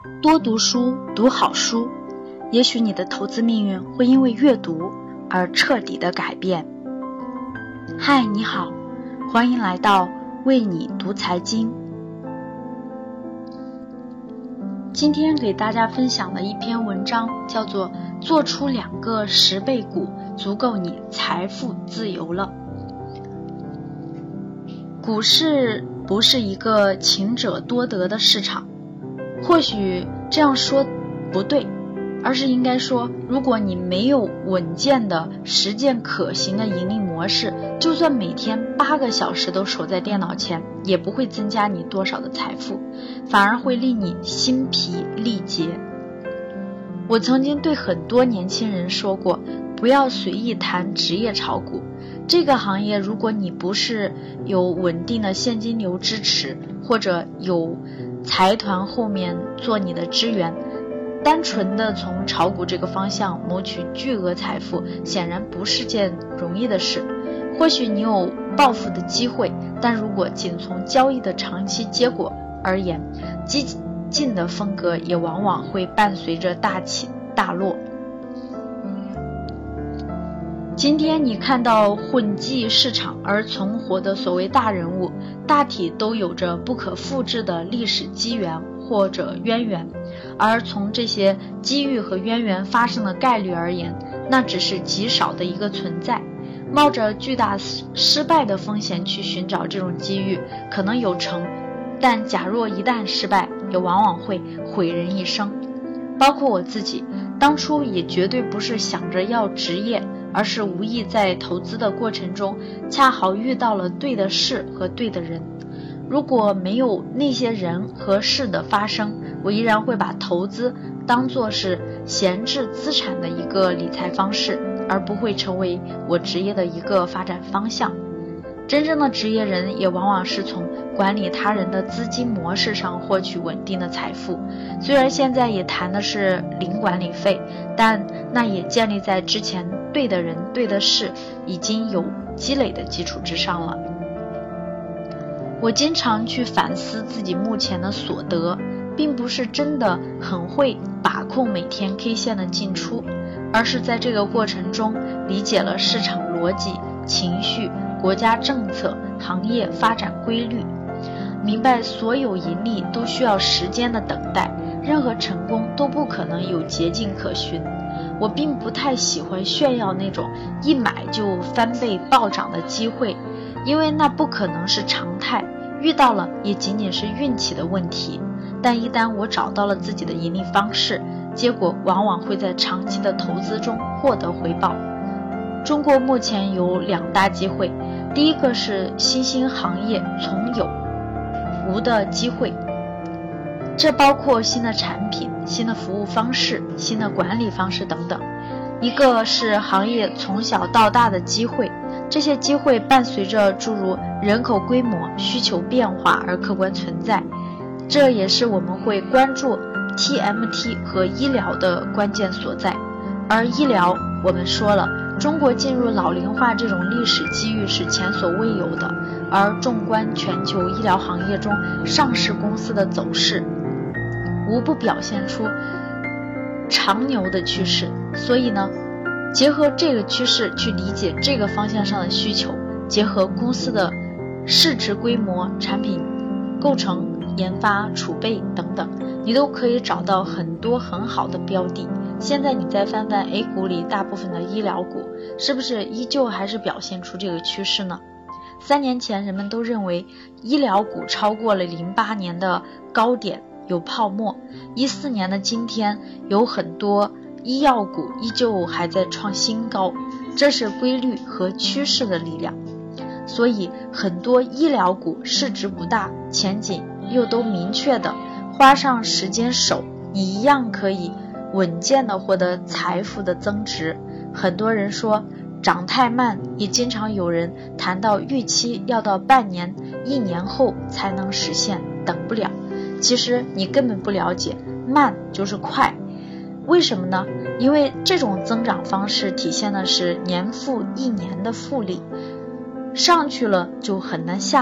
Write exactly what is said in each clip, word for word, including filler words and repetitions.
多读书，读好书，也许你的投资命运会因为阅读而彻底的改变。嗨，你好，欢迎来到为你读财经。今天给大家分享的一篇文章叫做做出两个十倍股，足够你财富自由了。股市不是一个勤者多得的市场，或许这样说不对，而是应该说，如果你没有稳健的实践可行的盈利模式，就算每天八个小时都守在电脑前，也不会增加你多少的财富，反而会令你心疲力竭。我曾经对很多年轻人说过，不要随意谈职业炒股，这个行业如果你不是有稳定的现金流支持，或者有财团后面做你的支援，单纯的从炒股这个方向谋取巨额财富，显然不是件容易的事。或许你有暴富的机会，但如果仅从交易的长期结果而言，激进的风格也往往会伴随着大起大落。今天你看到混迹市场而存活的所谓大人物，大体都有着不可复制的历史机缘或者渊源，而从这些机遇和渊源发生的概率而言，那只是极少的一个存在。冒着巨大失败的风险去寻找这种机遇，可能有成，但假若一旦失败，也往往会毁人一生。包括我自己，当初也绝对不是想着要职业，而是无意在投资的过程中恰好遇到了对的事和对的人。如果没有那些人和事的发生，我依然会把投资当作是闲置资产的一个理财方式，而不会成为我职业的一个发展方向。真正的职业人也往往是从管理他人的资金模式上获取稳定的财富，虽然现在也谈的是零管理费，但那也建立在之前对的人对的事已经有积累的基础之上了。我经常去反思自己目前的所得，并不是真的很会把控每天 K 线的进出，而是在这个过程中理解了市场逻辑、情绪、国家政策、行业发展规律，明白所有盈利都需要时间的等待，任何成功都不可能有捷径可循。我并不太喜欢炫耀那种一买就翻倍暴涨的机会，因为那不可能是常态，遇到了也仅仅是运气的问题。但一旦我找到了自己的盈利方式，结果往往会在长期的投资中获得回报。中国目前有两大机会，第一个是新兴行业从有无的机会，这包括新的产品、新的服务方式、新的管理方式等等。一个是行业从小到大的机会，这些机会伴随着诸如人口规模、需求变化而客观存在，这也是我们会关注 T M T 和医疗的关键所在。而医疗，我们说了，中国进入老龄化这种历史机遇是前所未有的，而纵观全球医疗行业中上市公司的走势，无不表现出长牛的趋势。所以呢，结合这个趋势去理解这个方向上的需求，结合公司的市值规模、产品构成、研发储备等等，你都可以找到很多很好的标的。现在你再翻翻 A 股里大部分的医疗股，是不是依旧还是表现出这个趋势呢？三年前人们都认为医疗股超过了零八年的高点，有泡沫。一四年的今天，有很多医药股依旧还在创新高，这是规律和趋势的力量。所以很多医疗股市值不大，前景又都明确的，花上时间守，你一样可以稳健的获得财富的增值。很多人说涨太慢，也经常有人谈到预期要到半年、一年后才能实现，等不了。其实你根本不了解，慢就是快。为什么呢？因为这种增长方式体现的是年复一年的复利，上去了就很难下来，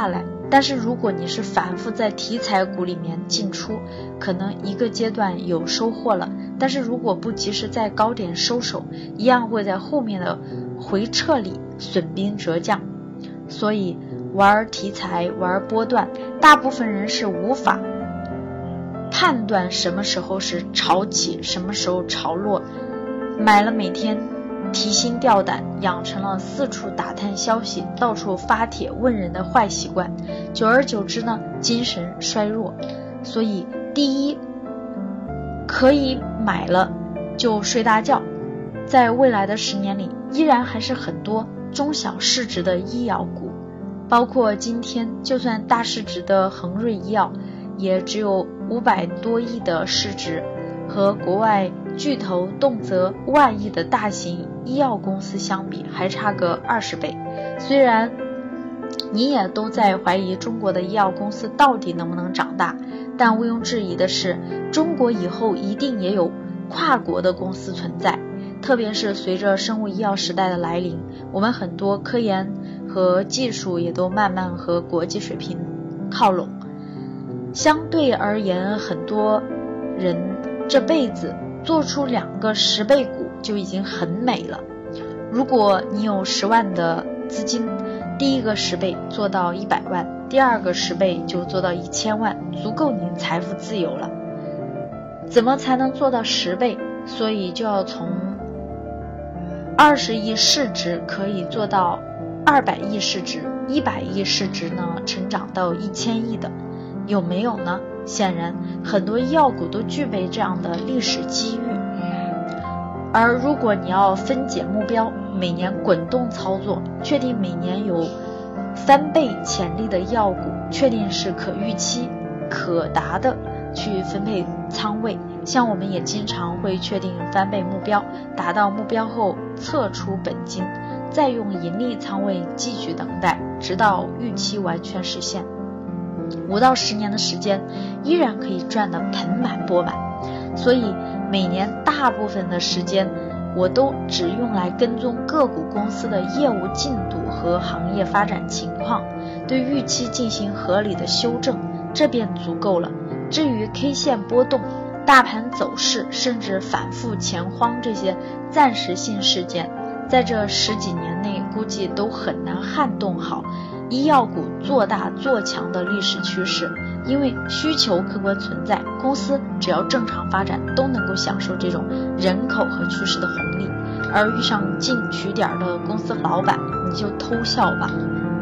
但是如果你是反复在题材股里面进出，可能一个阶段有收获了，但是如果不及时在高点收手，一样会在后面的回撤里损兵折将。所以玩题材玩波段，大部分人是无法判断什么时候是潮起，什么时候潮落，买了每天提心吊胆，养成了四处打探消息，到处发帖问人的坏习惯，久而久之呢，精神衰弱。所以第一，可以买了就睡大觉，在未来的十年里依然还是很多中小市值的医药股，包括今天就算大市值的恒瑞医药也只有五百多亿的市值，和国外巨头动辄万亿的大型医药公司相比还差个二十倍。虽然你也都在怀疑中国的医药公司到底能不能长大，但毋庸置疑的是，中国以后一定也有跨国的公司存在，特别是随着生物医药时代的来临，我们很多科研和技术也都慢慢和国际水平靠拢。相对而言，很多人这辈子做出两个十倍股就已经很美了。如果你有十万的资金，第一个十倍做到一百万，第二个十倍就做到一千万，足够你财富自由了。怎么才能做到十倍？所以就要从二十亿市值可以做到二百亿市值，一百亿市值呢成长到一千亿的，有没有呢？显然很多医药股都具备这样的历史机遇。而如果你要分解目标，每年滚动操作，确定每年有翻倍潜力的医药股，确定是可预期可达的去分配仓位。像我们也经常会确定翻倍目标，达到目标后撤出本金，再用盈利仓位继续等待，直到预期完全实现。五到十年的时间依然可以赚得盆满钵满。所以每年大部分的时间我都只用来跟踪个股公司的业务进度和行业发展情况，对预期进行合理的修正，这便足够了。至于 K 线波动、大盘走势甚至反复钱荒这些暂时性事件，在这十几年内估计都很难撼动好医药股做大做强的历史趋势。因为需求客观存在，公司只要正常发展都能够享受这种人口和趋势的红利，而遇上进取点的公司老板，你就偷笑吧。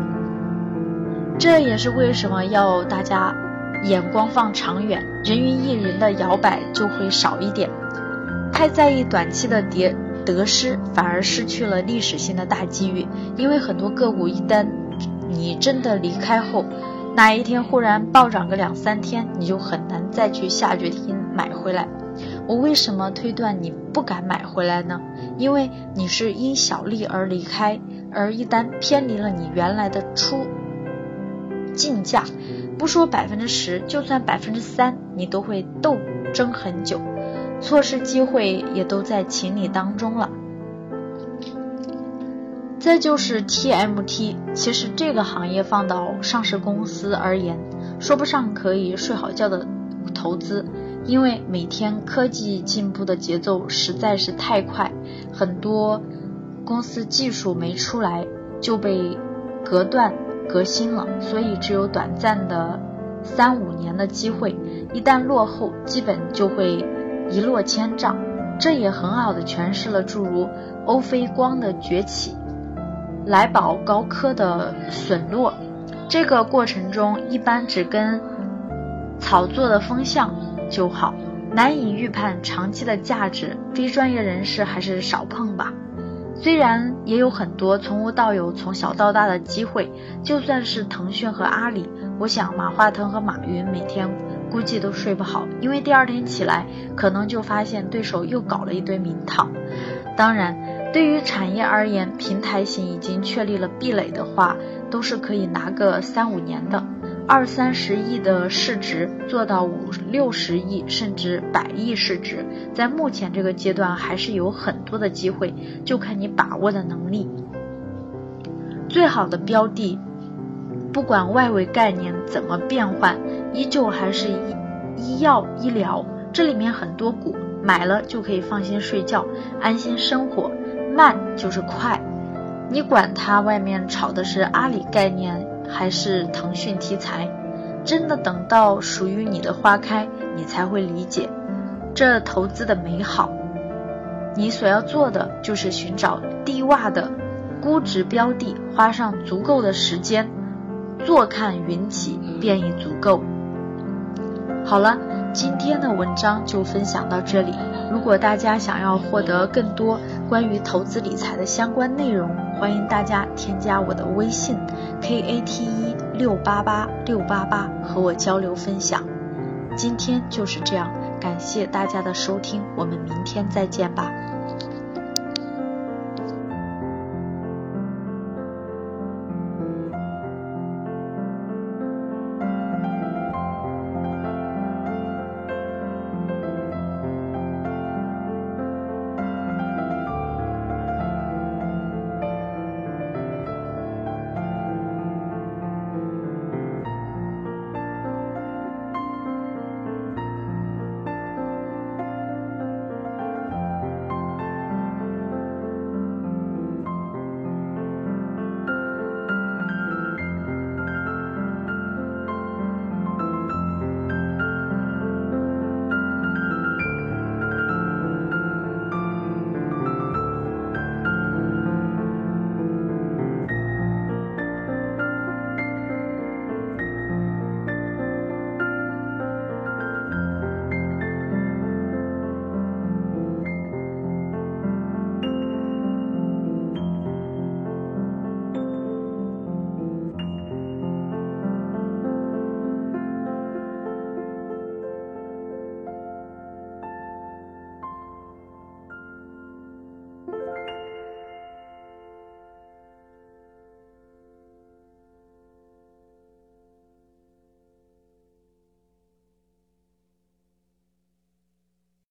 这也是为什么要大家眼光放长远，人云亦云的摇摆就会少一点。太在意短期的跌得失，反而失去了历史性的大机遇。因为很多个股一旦你真的离开后，哪一天忽然暴涨个两三天，你就很难再去下决心买回来。我为什么推断你不敢买回来呢？因为你是因小利而离开，而一旦偏离了你原来的出进价，不说百分之十，就算百分之三，你都会斗争很久，错失机会也都在情理当中了。再就是 T M T， 其实这个行业放到上市公司而言，说不上可以睡好觉的投资，因为每天科技进步的节奏实在是太快，很多公司技术没出来就被隔断革新了，所以只有短暂的三五年的机会，一旦落后基本就会一落千丈。这也很好的诠释了诸如欧菲光的崛起，来宝高科的损落。这个过程中一般只跟炒作的风向就好，难以预判长期的价值，非专业人士还是少碰吧。虽然也有很多从无到有从小到大的机会，就算是腾讯和阿里，我想马化腾和马云每天估计都睡不好，因为第二天起来可能就发现对手又搞了一堆名堂。当然对于产业而言，平台型已经确立了壁垒的话，都是可以拿个三五年的，二三十亿的市值做到五六十亿甚至百亿市值，在目前这个阶段还是有很多的机会，就看你把握的能力。最好的标的不管外围概念怎么变换，依旧还是医医药医疗，这里面很多股买了就可以放心睡觉，安心生活，慢就是快。你管它外面炒的是阿里概念还是腾讯题材，真的等到属于你的花开，你才会理解这投资的美好。你所要做的就是寻找低洼的估值标的，花上足够的时间，坐看云起便已足够。好了，今天的文章就分享到这里。如果大家想要获得更多关于投资理财的相关内容，欢迎大家添加我的微信 K A T E 六八八六八八和我交流分享。今天就是这样，感谢大家的收听，我们明天再见吧。